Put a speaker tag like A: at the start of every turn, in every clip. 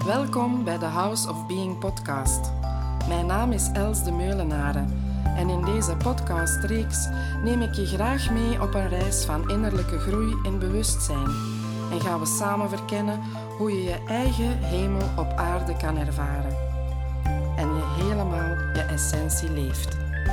A: Welkom bij de House of Being podcast. Mijn naam is Els de Meulenaren en in deze podcastreeks neem ik je graag mee op een reis van innerlijke groei en bewustzijn en gaan we samen verkennen hoe je je eigen hemel op aarde kan ervaren en je helemaal je essentie leeft.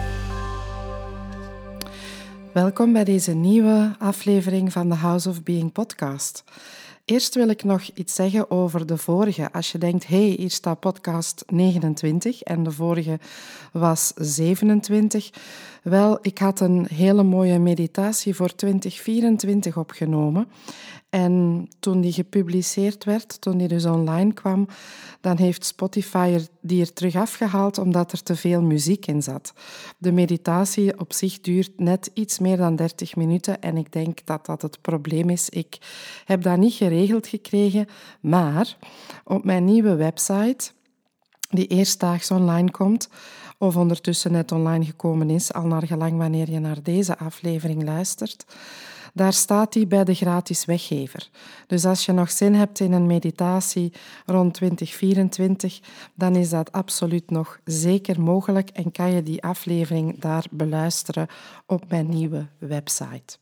A: Welkom bij deze nieuwe aflevering van de House of Being podcast. Eerst wil ik nog iets zeggen over de vorige. Als je denkt, hier staat podcast 29 en de vorige was 27. Wel, ik had een hele mooie meditatie voor 2024 opgenomen. En toen die gepubliceerd werd, toen die dus online kwam, dan heeft Spotify die er terug afgehaald omdat er te veel muziek in zat. De meditatie op zich duurt net iets meer dan 30 minuten en ik denk dat dat het probleem is. Ik heb dat niet geregeld gekregen, maar op mijn nieuwe website, die eerstdaags online komt, of ondertussen net online gekomen is, al naar gelang wanneer je naar deze aflevering luistert, daar staat die bij de gratis weggever. Dus als je nog zin hebt in een meditatie rond 2024, dan is dat absoluut nog zeker mogelijk en kan je die aflevering daar beluisteren op mijn nieuwe website.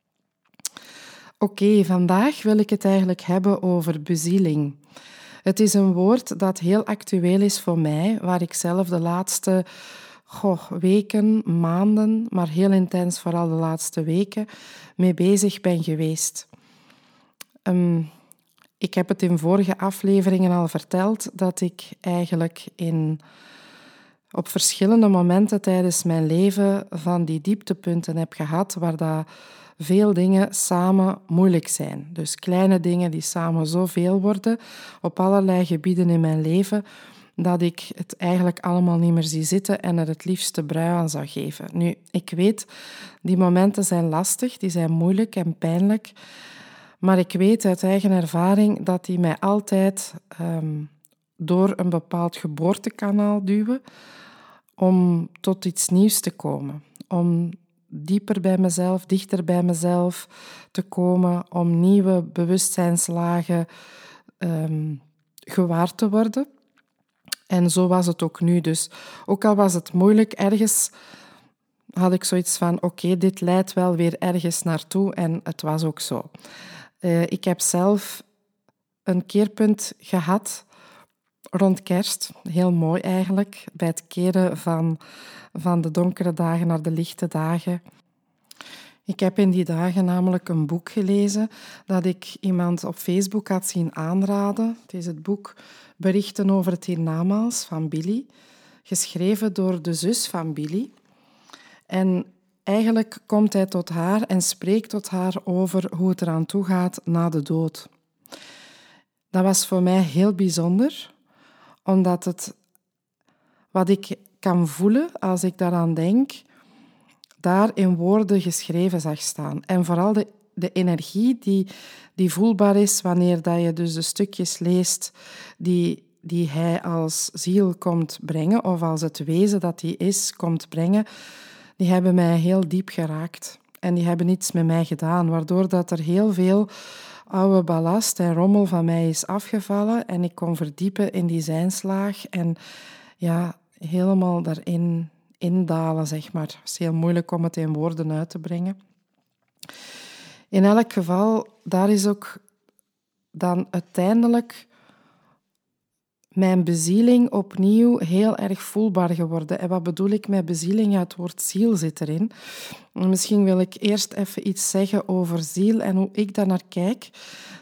A: Oké, vandaag wil ik het eigenlijk hebben over bezieling. Het is een woord dat heel actueel is voor mij, waar ik zelf de laatste weken, maanden, maar heel intens vooral de laatste weken, mee bezig ben geweest. Ik heb het in vorige afleveringen al verteld dat ik eigenlijk op verschillende momenten tijdens mijn leven van die dieptepunten heb gehad waar dat veel dingen samen moeilijk zijn. Dus kleine dingen die samen zoveel worden op allerlei gebieden in mijn leven, dat ik het eigenlijk allemaal niet meer zie zitten en er het liefst de brui aan zou geven. Nu, ik weet, die momenten zijn lastig, die zijn moeilijk en pijnlijk, maar ik weet uit eigen ervaring dat die mij altijd door een bepaald geboortekanaal duwen om tot iets nieuws te komen, om dieper bij mezelf, dichter bij mezelf te komen, om nieuwe bewustzijnslagen gewaar te worden. En zo was het ook nu. Dus ook al was het moeilijk, ergens had ik zoiets van, oké, dit leidt wel weer ergens naartoe. En het was ook zo. Ik heb zelf een keerpunt gehad rond kerst. Heel mooi eigenlijk, bij het keren van de donkere dagen naar de lichte dagen. Ik heb in die dagen namelijk een boek gelezen dat ik iemand op Facebook had zien aanraden. Het is het boek Berichten over het hiernamaals van Billy, geschreven door de zus van Billy. En eigenlijk komt hij tot haar en spreekt tot haar over hoe het eraan toe gaat na de dood. Dat was voor mij heel bijzonder, omdat het wat ik kan voelen als ik daaraan denk, daar in woorden geschreven zag staan. En vooral de energie die voelbaar is wanneer dat je dus de stukjes leest die hij als ziel komt brengen, of als het wezen dat hij is komt brengen, die hebben mij heel diep geraakt. En die hebben iets met mij gedaan, waardoor dat er heel veel oude ballast en rommel van mij is afgevallen en ik kon verdiepen in die zijnslaag en ja, helemaal daarin indalen, zeg maar. Het is heel moeilijk om het in woorden uit te brengen. In elk geval, daar is ook dan uiteindelijk mijn bezieling opnieuw heel erg voelbaar geworden. En wat bedoel ik met bezieling? Ja, het woord ziel zit erin. Misschien wil ik eerst even iets zeggen over ziel en hoe ik daar naar kijk.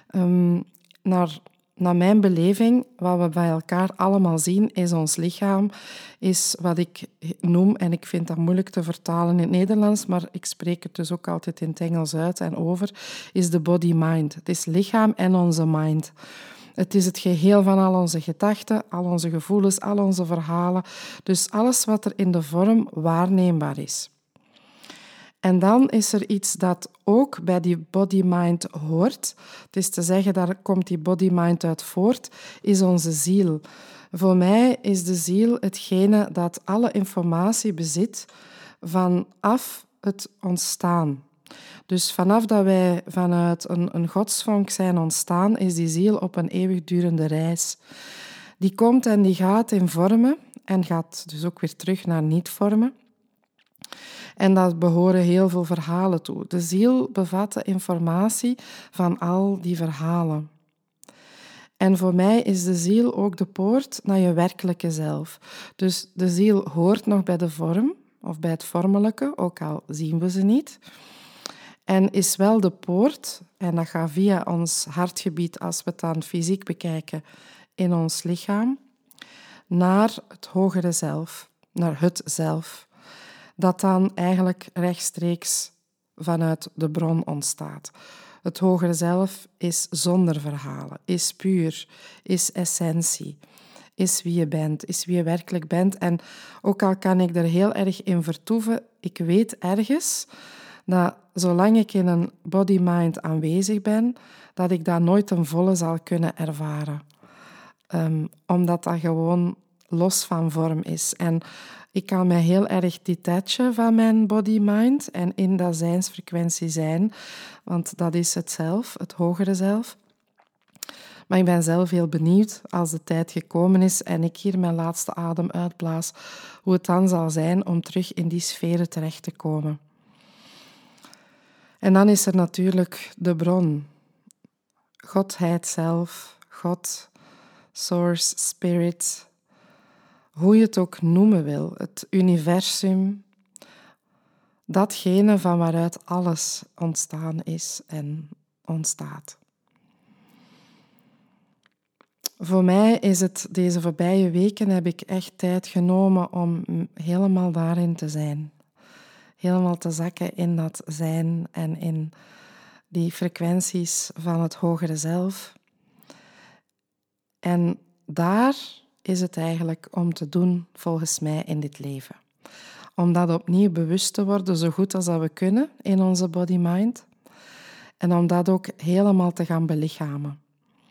A: Naar mijn beleving, wat we bij elkaar allemaal zien, is ons lichaam, is wat ik noem, en ik vind dat moeilijk te vertalen in het Nederlands, maar ik spreek het dus ook altijd in het Engels uit en over, is de body-mind. Het is lichaam en onze mind. Het is het geheel van al onze gedachten, al onze gevoelens, al onze verhalen. Dus alles wat er in de vorm waarneembaar is. En dan is er iets dat ook bij die body-mind hoort. Het is te zeggen, daar komt die body-mind uit voort, is onze ziel. Voor mij is de ziel hetgene dat alle informatie bezit vanaf het ontstaan. Dus vanaf dat wij vanuit een godsvonk zijn ontstaan, is die ziel op een eeuwigdurende reis. Die komt en die gaat in vormen en gaat dus ook weer terug naar niet-vormen. En daar behoren heel veel verhalen toe. De ziel bevat de informatie van al die verhalen. En voor mij is de ziel ook de poort naar je werkelijke zelf. Dus de ziel hoort nog bij de vorm, of bij het vormelijke, ook al zien we ze niet. En is wel de poort, en dat gaat via ons hartgebied, als we het dan fysiek bekijken, in ons lichaam, naar het hogere zelf, naar het zelf, dat dan eigenlijk rechtstreeks vanuit de bron ontstaat. Het hogere zelf is zonder verhalen, is puur, is essentie, is wie je bent, is wie je werkelijk bent. En ook al kan ik er heel erg in vertoeven, ik weet ergens dat zolang ik in een body-mind aanwezig ben, dat ik dat nooit ten volle zal kunnen ervaren. Omdat dat gewoon los van vorm is. En ik kan mij heel erg detachen van mijn body-mind en in dat zijnsfrequentie zijn, want dat is het zelf, het hogere zelf. Maar ik ben zelf heel benieuwd, als de tijd gekomen is en ik hier mijn laatste adem uitblaas, hoe het dan zal zijn om terug in die sferen terecht te komen. En dan is er natuurlijk de bron. Godheid zelf, God, Source, Spirit, hoe je het ook noemen wil, het universum, datgene van waaruit alles ontstaan is en ontstaat. Voor mij is het deze voorbije weken heb ik echt tijd genomen om helemaal daarin te zijn. Helemaal te zakken in dat zijn en in die frequenties van het hogere zelf. En daar is het eigenlijk om te doen, volgens mij, in dit leven. Om dat opnieuw bewust te worden, zo goed als dat we kunnen in onze body-mind. En om dat ook helemaal te gaan belichamen.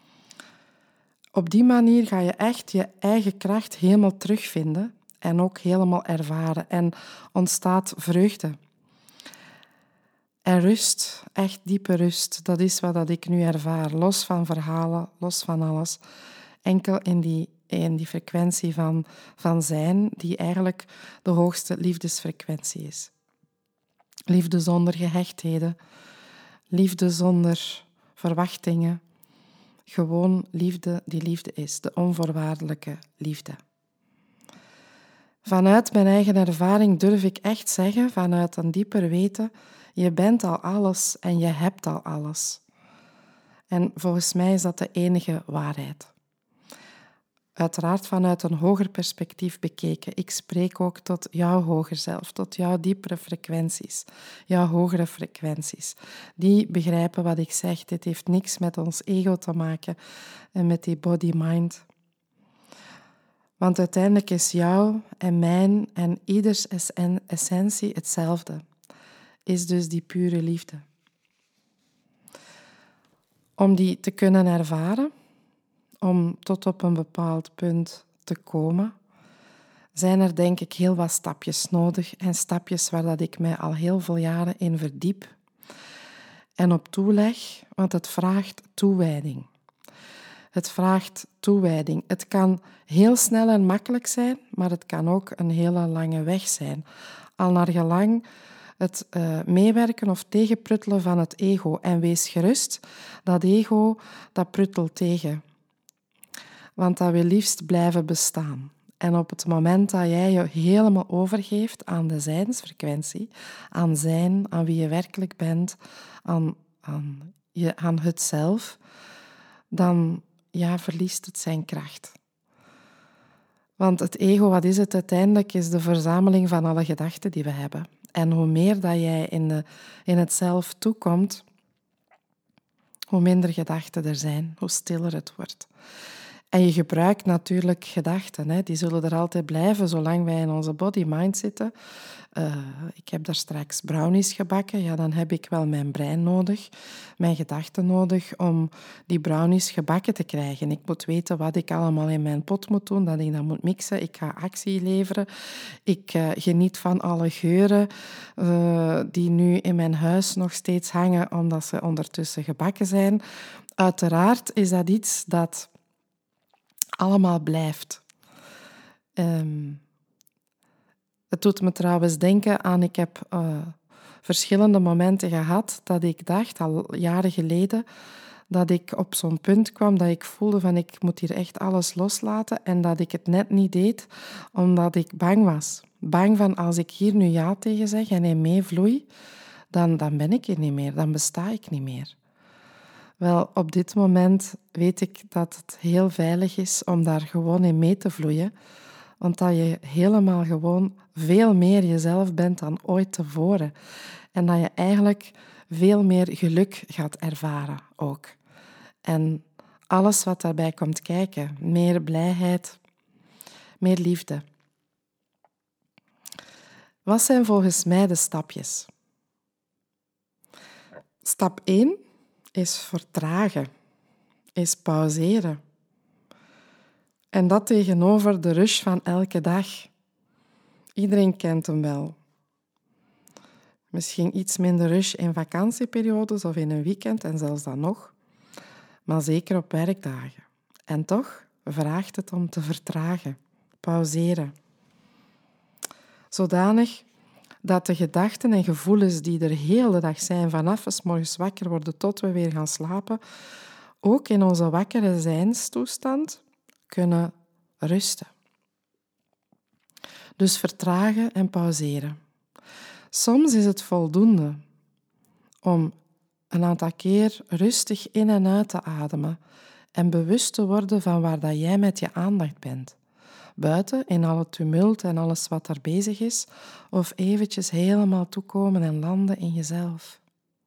A: Op die manier ga je echt je eigen kracht helemaal terugvinden en ook helemaal ervaren. En ontstaat vreugde. En rust, echt diepe rust, dat is wat ik nu ervaar. Los van verhalen, los van alles. Enkel in die frequentie van zijn, die eigenlijk de hoogste liefdesfrequentie is. Liefde zonder gehechtheden, liefde zonder verwachtingen. Gewoon liefde die liefde is, de onvoorwaardelijke liefde. Vanuit mijn eigen ervaring durf ik echt zeggen, vanuit een dieper weten, je bent al alles en je hebt al alles. En volgens mij is dat de enige waarheid. Uiteraard vanuit een hoger perspectief bekeken. Ik spreek ook tot jouw hoger zelf, tot jouw diepere frequenties, jouw hogere frequenties. Die begrijpen wat ik zeg. Dit heeft niks met ons ego te maken en met die body-mind. Want uiteindelijk is jouw en mijn en ieders essentie hetzelfde. Is dus die pure liefde. Om die te kunnen ervaren, om tot op een bepaald punt te komen, zijn er denk ik heel wat stapjes nodig en stapjes waar dat ik mij al heel veel jaren in verdiep en op toeleg, want het vraagt toewijding. Het vraagt toewijding. Het kan heel snel en makkelijk zijn, maar het kan ook een hele lange weg zijn. Al naar gelang het meewerken of tegenpruttelen van het ego. En wees gerust, dat ego, dat pruttelt tegen. Want dat wil liefst blijven bestaan. En op het moment dat jij je helemaal overgeeft aan de zijnsfrequentie, aan zijn, aan wie je werkelijk bent, aan het zelf, dan verliest het zijn kracht. Want het ego, wat is het uiteindelijk? Is de verzameling van alle gedachten die we hebben. En hoe meer dat jij in het zelf toekomt, hoe minder gedachten er zijn, hoe stiller het wordt. En je gebruikt natuurlijk gedachten. Hè. Die zullen er altijd blijven, zolang wij in onze body-mind zitten. Ik heb daar straks brownies gebakken. Ja, dan heb ik wel mijn brein nodig, mijn gedachten nodig om die brownies gebakken te krijgen. Ik moet weten wat ik allemaal in mijn pot moet doen, dat ik dat moet mixen. Ik ga actie leveren. Ik geniet van alle geuren die nu in mijn huis nog steeds hangen, omdat ze ondertussen gebakken zijn. Uiteraard is dat iets dat allemaal blijft. Het doet me trouwens denken aan, ik heb verschillende momenten gehad dat ik dacht, al jaren geleden, dat ik op zo'n punt kwam dat ik voelde van ik moet hier echt alles loslaten en dat ik het net niet deed, omdat ik bang was. Bang van als ik hier nu ja tegen zeg en in meevloei, dan ben ik er niet meer, dan besta ik niet meer. Wel, op dit moment weet ik dat het heel veilig is om daar gewoon in mee te vloeien, want dat je helemaal gewoon veel meer jezelf bent dan ooit tevoren. En dat je eigenlijk veel meer geluk gaat ervaren ook. En alles wat daarbij komt kijken, meer blijheid, meer liefde. Wat zijn volgens mij de stapjes? Stap 1 is vertragen, is pauzeren. En dat tegenover de rush van elke dag. Iedereen kent hem wel. Misschien iets minder rush in vakantieperiodes of in een weekend en zelfs dan nog. Maar zeker op werkdagen. En toch vraagt het om te vertragen, pauzeren. Zodanig dat de gedachten en gevoelens die er heel de dag zijn, vanaf we 's morgens wakker worden tot we weer gaan slapen, ook in onze wakkere zijnstoestand kunnen rusten. Dus vertragen en pauzeren. Soms is het voldoende om een aantal keer rustig in en uit te ademen en bewust te worden van waar dat jij met je aandacht bent. Buiten, in alle tumult en alles wat er bezig is, of eventjes helemaal toekomen en landen in jezelf.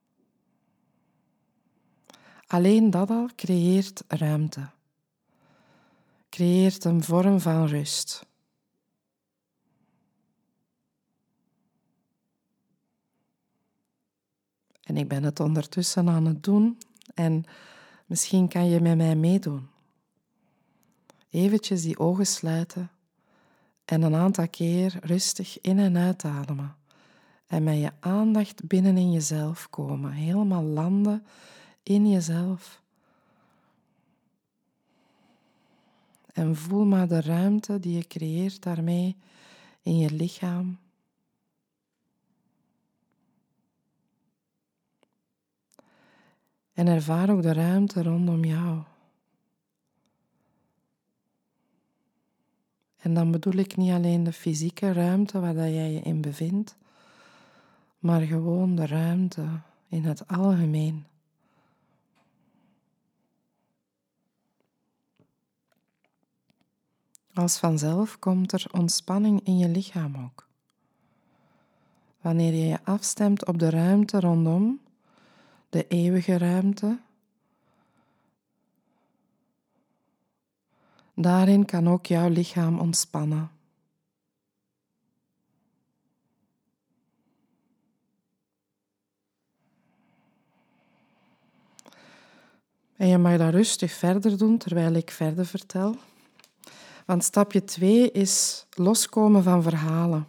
A: Alleen dat al creëert ruimte. Creëert een vorm van rust. En ik ben het ondertussen aan het doen en misschien kan je met mij meedoen. Eventjes die ogen sluiten en een aantal keer rustig in en uitademen. En met je aandacht binnen in jezelf komen. Helemaal landen in jezelf. En voel maar de ruimte die je creëert daarmee in je lichaam. En ervaar ook de ruimte rondom jou. En dan bedoel ik niet alleen de fysieke ruimte waar dat jij je in bevindt, maar gewoon de ruimte in het algemeen. Als vanzelf komt er ontspanning in je lichaam ook. Wanneer je je afstemt op de ruimte rondom, de eeuwige ruimte, daarin kan ook jouw lichaam ontspannen. En je mag dat rustig verder doen terwijl ik verder vertel. Want stapje 2 is loskomen van verhalen.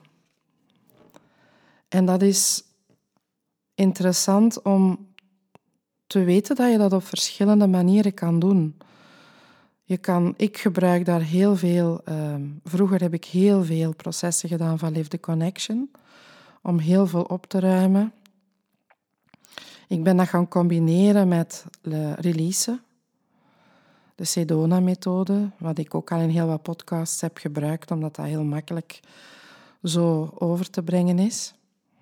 A: En dat is interessant om te weten dat je dat op verschillende manieren kan doen. Ik gebruik daar heel veel... vroeger heb ik heel veel processen gedaan van Live the Connection, om heel veel op te ruimen. Ik ben dat gaan combineren met releasen, de Sedona-methode, wat ik ook al in heel wat podcasts heb gebruikt, omdat dat heel makkelijk zo over te brengen is.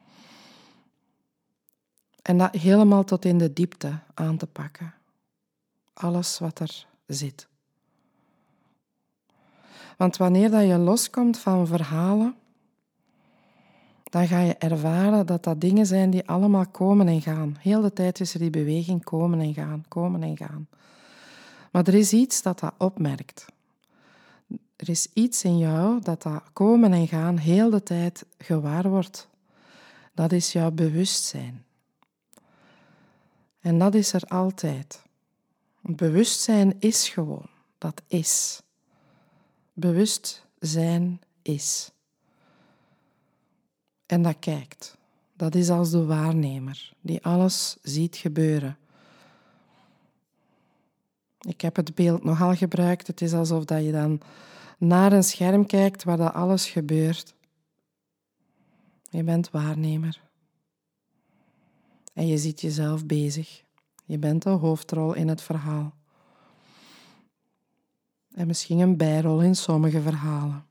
A: En dat helemaal tot in de diepte aan te pakken. Alles wat er zit. Want wanneer dat je loskomt van verhalen, dan ga je ervaren dat dat dingen zijn die allemaal komen en gaan. Heel de tijd is er die beweging komen en gaan, komen en gaan. Maar er is iets dat opmerkt. Er is iets in jou dat komen en gaan heel de tijd gewaar wordt. Dat is jouw bewustzijn. En dat is er altijd. Bewustzijn is gewoon. Dat is. Bewustzijn is. En dat kijkt. Dat is als de waarnemer die alles ziet gebeuren. Ik heb het beeld nogal gebruikt. Het is alsof dat je dan naar een scherm kijkt waar dat alles gebeurt. Je bent waarnemer. En je ziet jezelf bezig. Je bent de hoofdrol in het verhaal. En misschien een bijrol in sommige verhalen.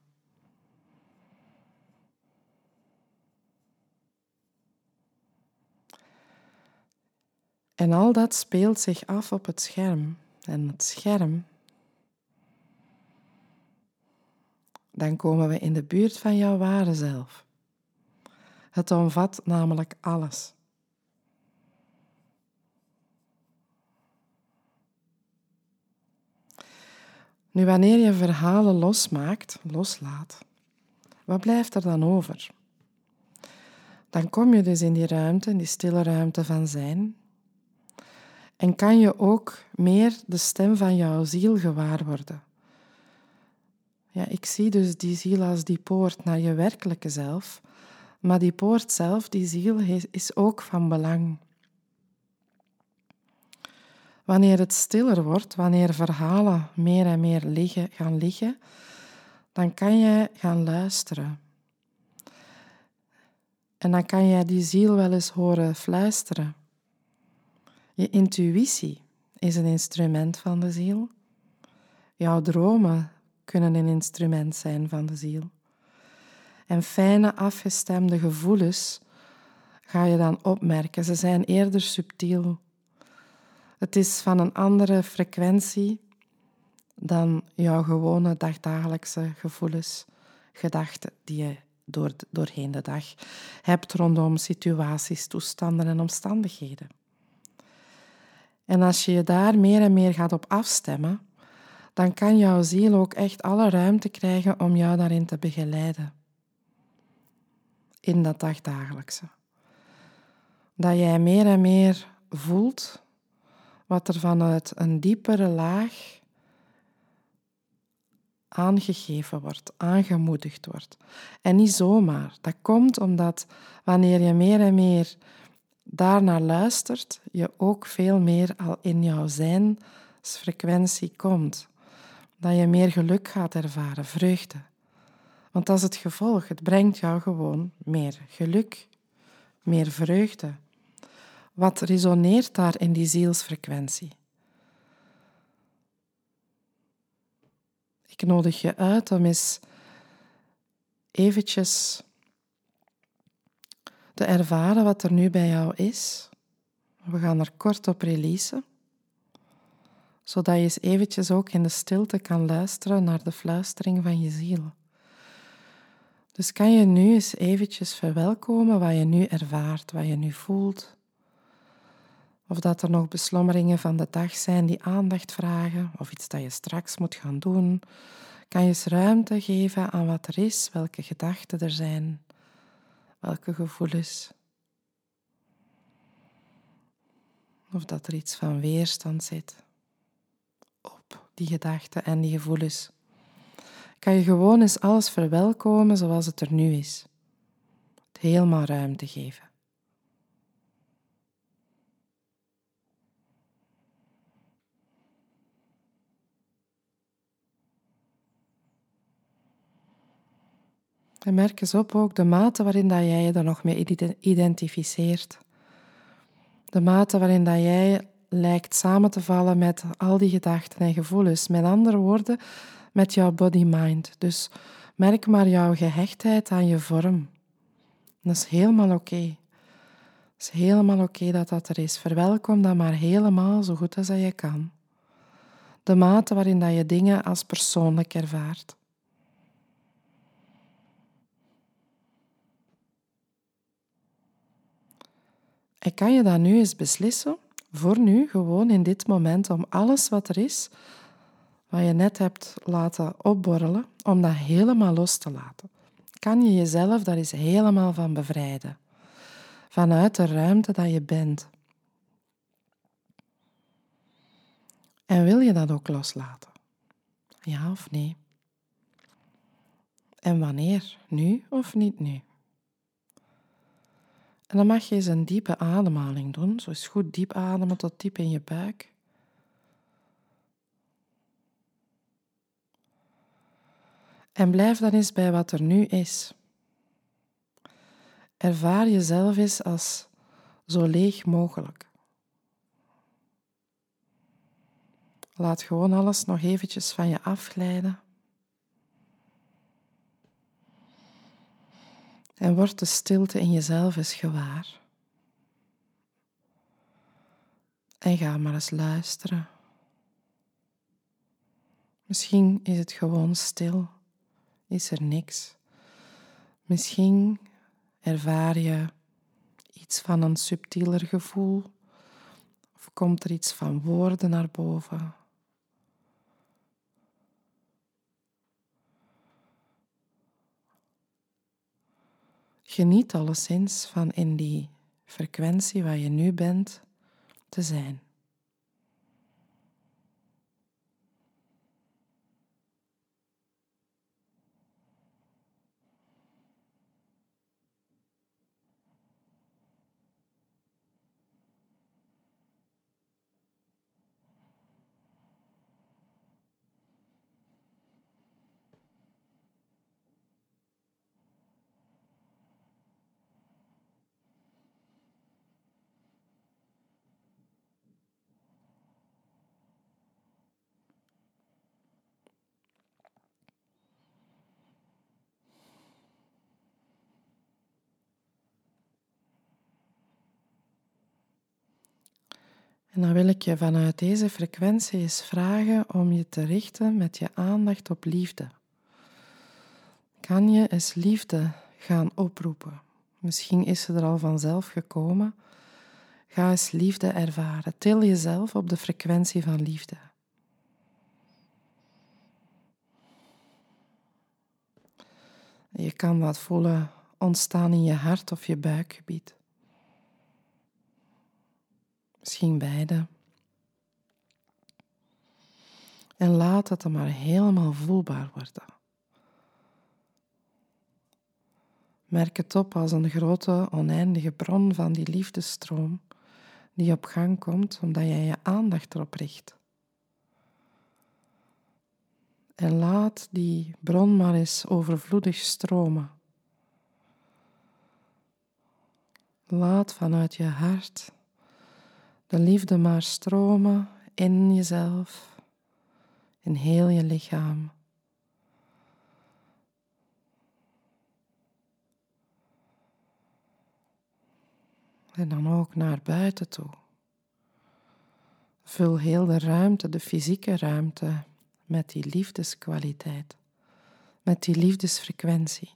A: En al dat speelt zich af op het scherm. En het scherm, dan komen we in de buurt van jouw ware zelf. Het omvat namelijk alles. Nu, wanneer je verhalen loslaat, wat blijft er dan over? Dan kom je dus in die ruimte, in die stille ruimte van zijn. En kan je ook meer de stem van jouw ziel gewaar worden. Ja, ik zie dus die ziel als die poort naar je werkelijke zelf. Maar die poort zelf, die ziel, is ook van belang. Wanneer het stiller wordt, wanneer verhalen meer en meer gaan liggen, dan kan je gaan luisteren. En dan kan je die ziel wel eens horen fluisteren. Je intuïtie is een instrument van de ziel. Jouw dromen kunnen een instrument zijn van de ziel. En fijne, afgestemde gevoelens ga je dan opmerken. Ze zijn eerder subtiel. Het is van een andere frequentie dan jouw gewone dagdagelijkse gevoelens, gedachten die je doorheen de dag hebt rondom situaties, toestanden en omstandigheden. En als je je daar meer en meer gaat op afstemmen, dan kan jouw ziel ook echt alle ruimte krijgen om jou daarin te begeleiden. In dat dagdagelijkse. Dat jij meer en meer voelt wat er vanuit een diepere laag aangegeven wordt, aangemoedigd wordt. En niet zomaar. Dat komt omdat wanneer je meer en meer daarnaar luistert, je ook veel meer al in jouw zijnsfrequentie komt. Dat je meer geluk gaat ervaren, vreugde. Want dat is het gevolg. Het brengt jou gewoon meer geluk, meer vreugde. Wat resoneert daar in die zielsfrequentie? Ik nodig je uit om eens eventjes te ervaren wat er nu bij jou is. We gaan er kort op releasen, zodat je eens eventjes ook in de stilte kan luisteren naar de fluistering van je ziel. Dus kan je nu eens eventjes verwelkomen wat je nu ervaart, wat je nu voelt. Of dat er nog beslommeringen van de dag zijn die aandacht vragen, of iets dat je straks moet gaan doen. Kan je eens ruimte geven aan wat er is, welke gedachten er zijn, welke gevoelens. Of dat er iets van weerstand zit op die gedachten en die gevoelens. Kan je gewoon eens alles verwelkomen zoals het er nu is. Het helemaal ruimte geven. En merk eens op ook de mate waarin dat jij je er nog mee identificeert. De mate waarin dat jij lijkt samen te vallen met al die gedachten en gevoelens. Met andere woorden, met jouw body-mind. Dus merk maar jouw gehechtheid aan je vorm. Dat is helemaal oké. Het is helemaal oké dat dat er is. Verwelkom dat maar helemaal zo goed als dat je kan. De mate waarin dat je dingen als persoonlijk ervaart. En kan je dan nu eens beslissen voor nu, gewoon in dit moment, om alles wat er is, wat je net hebt laten opborrelen, om dat helemaal los te laten. Kan je jezelf daar eens helemaal van bevrijden. Vanuit de ruimte dat je bent. En wil je dat ook loslaten? Ja of nee? En wanneer? Nu of niet nu? En dan mag je eens een diepe ademhaling doen. Zo eens goed diep ademen tot diep in je buik. En blijf dan eens bij wat er nu is. Ervaar jezelf eens als zo leeg mogelijk. Laat gewoon alles nog eventjes van je afglijden. En word de stilte in jezelf eens gewaar. En ga maar eens luisteren. Misschien is het gewoon stil, is er niks. Misschien ervaar je iets van een subtieler gevoel of komt er iets van woorden naar boven. Geniet alleszins van in die frequentie waar je nu bent te zijn. En dan wil ik je vanuit deze frequentie eens vragen om je te richten met je aandacht op liefde. Kan je eens liefde gaan oproepen? Misschien is ze er al vanzelf gekomen. Ga eens liefde ervaren. Til jezelf op de frequentie van liefde. Je kan dat voelen ontstaan in je hart of je buikgebied. Misschien beide. En laat het maar helemaal voelbaar worden. Merk het op als een grote, oneindige bron van die liefdesstroom die op gang komt omdat jij je aandacht erop richt. En laat die bron maar eens overvloedig stromen. Laat vanuit je hart de liefde maar stromen in jezelf, in heel je lichaam. En dan ook naar buiten toe. Vul heel de ruimte, de fysieke ruimte, met die liefdeskwaliteit, met die liefdesfrequentie.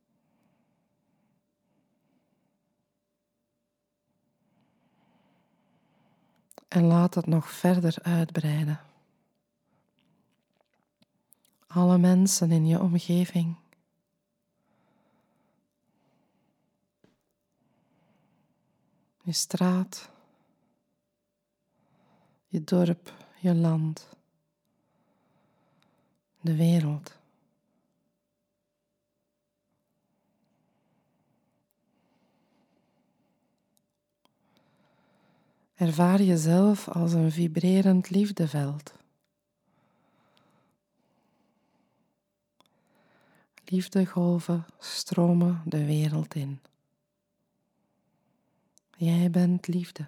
A: En laat het nog verder uitbreiden. Alle mensen in je omgeving. Je straat, je dorp, je land, de wereld. Ervaar jezelf als een vibrerend liefdeveld. Liefdegolven stromen de wereld in. Jij bent liefde.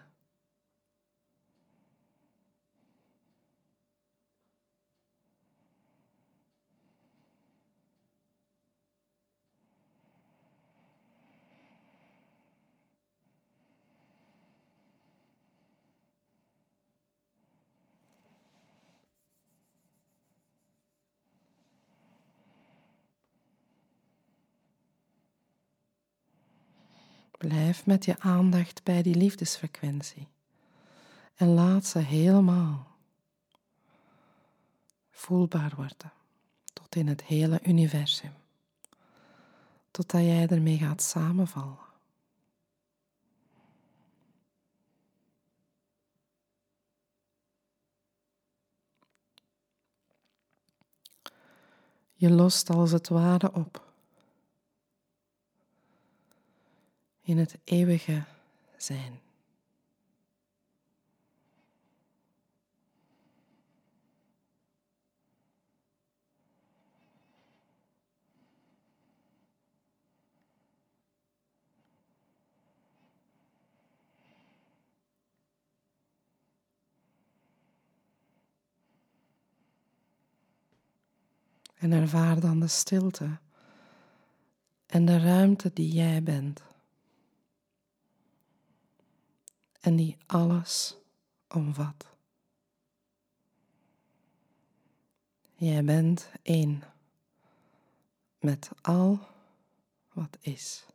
A: Blijf met je aandacht bij die liefdesfrequentie. En laat ze helemaal voelbaar worden. Tot in het hele universum. Totdat jij ermee gaat samenvallen. Je lost als het ware op. In het eeuwige zijn. En ervaar dan de stilte en de ruimte die jij bent. En die alles omvat. Jij bent één met al wat is.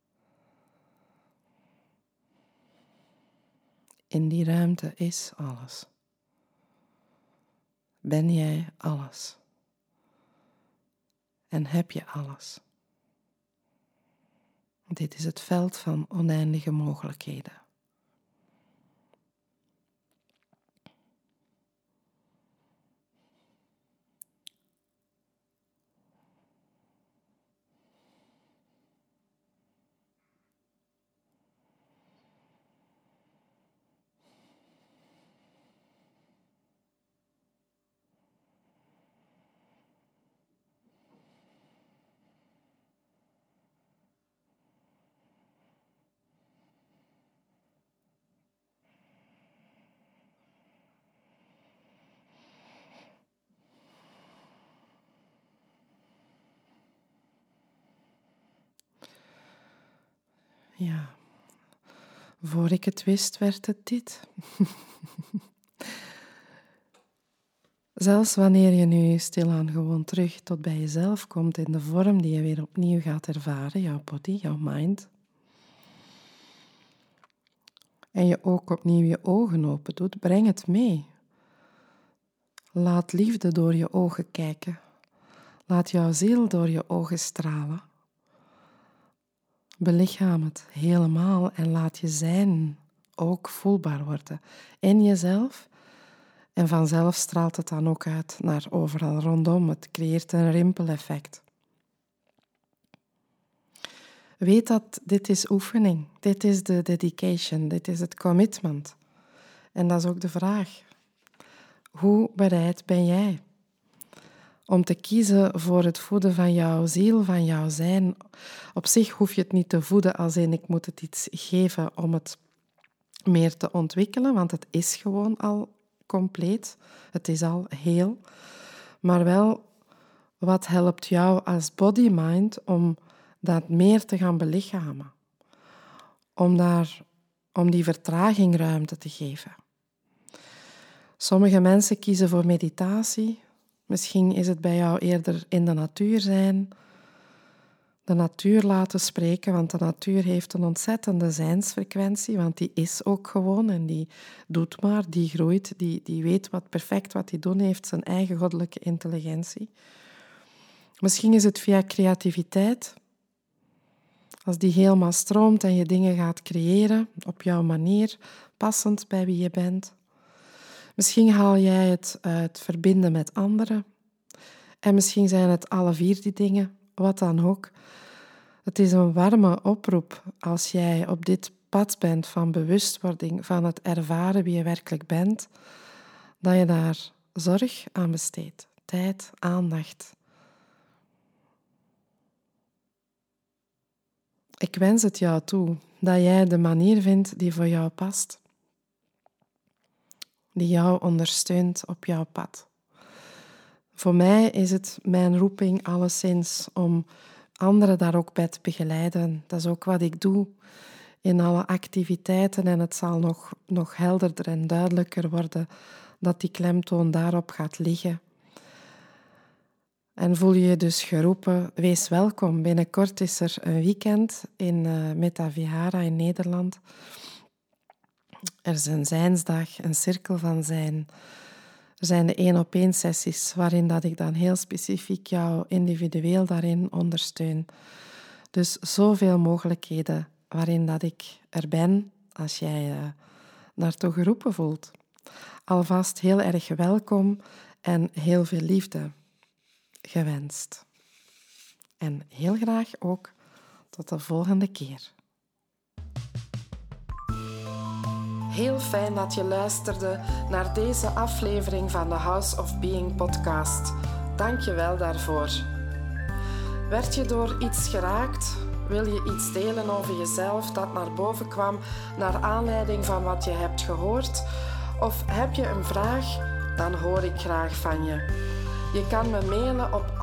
A: In die ruimte is alles. Ben jij alles. En heb je alles. Dit is het veld van oneindige mogelijkheden. Ja, voor ik het wist werd het dit. Zelfs wanneer je nu stilaan gewoon terug tot bij jezelf komt in de vorm die je weer opnieuw gaat ervaren, jouw body, jouw mind. En je ook opnieuw je ogen open doet, breng het mee. Laat liefde door je ogen kijken. Laat jouw ziel door je ogen stralen. Belichaam het helemaal en laat je zijn ook voelbaar worden in jezelf. En vanzelf straalt het dan ook uit naar overal rondom. Het creëert een rimpeleffect. Weet dat dit is oefening. Dit is de dedication. Dit is het commitment. En dat is ook de vraag. Hoe bereid ben jij om te kiezen voor het voeden van jouw ziel, van jouw zijn? Op zich hoef je het niet te voeden als in ik moet het iets geven om het meer te ontwikkelen, want het is gewoon al compleet. Het is al heel. Maar wel, wat helpt jou als body-mind om dat meer te gaan belichamen? Om die vertraging ruimte te geven. Sommige mensen kiezen voor meditatie. Misschien is het bij jou eerder in de natuur zijn. De natuur laten spreken, want de natuur heeft een ontzettende zijnsfrequentie, want die is ook gewoon en die doet maar, die groeit, die weet perfect wat hij doen heeft, zijn eigen goddelijke intelligentie. Misschien is het via creativiteit, als die helemaal stroomt en je dingen gaat creëren op jouw manier, passend bij wie je bent. Misschien haal jij het uit verbinden met anderen. En misschien zijn het alle vier die dingen, wat dan ook. Het is een warme oproep als jij op dit pad bent van bewustwording, van het ervaren wie je werkelijk bent, dat je daar zorg aan besteedt. Tijd, aandacht. Ik wens het jou toe dat jij de manier vindt die voor jou past. Die jou ondersteunt op jouw pad. Voor mij is het mijn roeping alleszins om anderen daar ook bij te begeleiden. Dat is ook wat ik doe in alle activiteiten en het zal nog helderder en duidelijker worden dat die klemtoon daarop gaat liggen. En voel je je dus geroepen, wees welkom. Binnenkort is er een weekend in Metavihara in Nederland. Er is een zijnsdag, een cirkel van zijn. Er zijn de 1-op-1 sessies waarin dat ik dan heel specifiek jou individueel daarin ondersteun. Dus zoveel mogelijkheden waarin dat ik er ben als jij je daartoe geroepen voelt. Alvast heel erg welkom en heel veel liefde gewenst. En heel graag ook tot de volgende keer. Heel fijn dat je luisterde naar deze aflevering van de House of Being podcast. Dank je wel daarvoor. Werd je door iets geraakt? Wil je iets delen over jezelf dat naar boven kwam naar aanleiding van wat je hebt gehoord? Of heb je een vraag? Dan hoor ik graag van je. Je kan me mailen op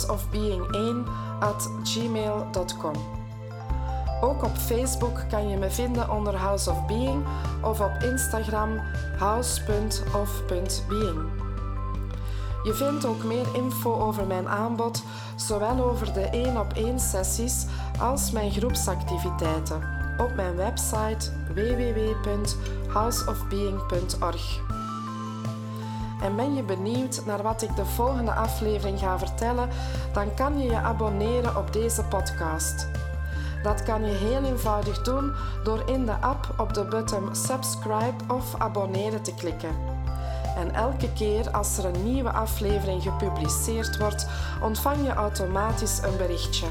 A: houseofbeing1@gmail.com. Ook op Facebook kan je me vinden onder House of Being of op Instagram house.of.being. Je vindt ook meer info over mijn aanbod, zowel over de 1-op-1 sessies als mijn groepsactiviteiten op mijn website www.houseofbeing.org. En ben je benieuwd naar wat ik de volgende aflevering ga vertellen, dan kan je je abonneren op deze podcast. Dat kan je heel eenvoudig doen door in de app op de button subscribe of abonneren te klikken. En elke keer als er een nieuwe aflevering gepubliceerd wordt, ontvang je automatisch een berichtje.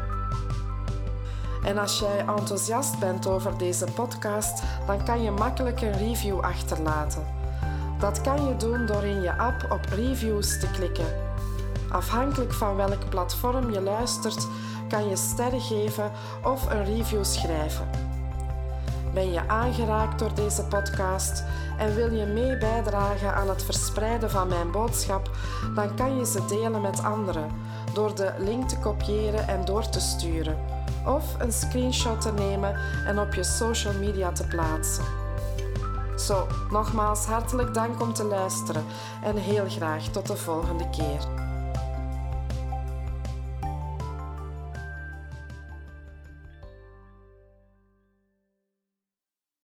A: En als jij enthousiast bent over deze podcast, dan kan je makkelijk een review achterlaten. Dat kan je doen door in je app op reviews te klikken. Afhankelijk van welk platform je luistert, kan je sterren geven of een review schrijven. Ben je aangeraakt door deze podcast en wil je mee bijdragen aan het verspreiden van mijn boodschap, dan kan je ze delen met anderen door de link te kopiëren en door te sturen, of een screenshot te nemen en op je social media te plaatsen. Zo, nogmaals hartelijk dank om te luisteren en heel graag tot de volgende keer.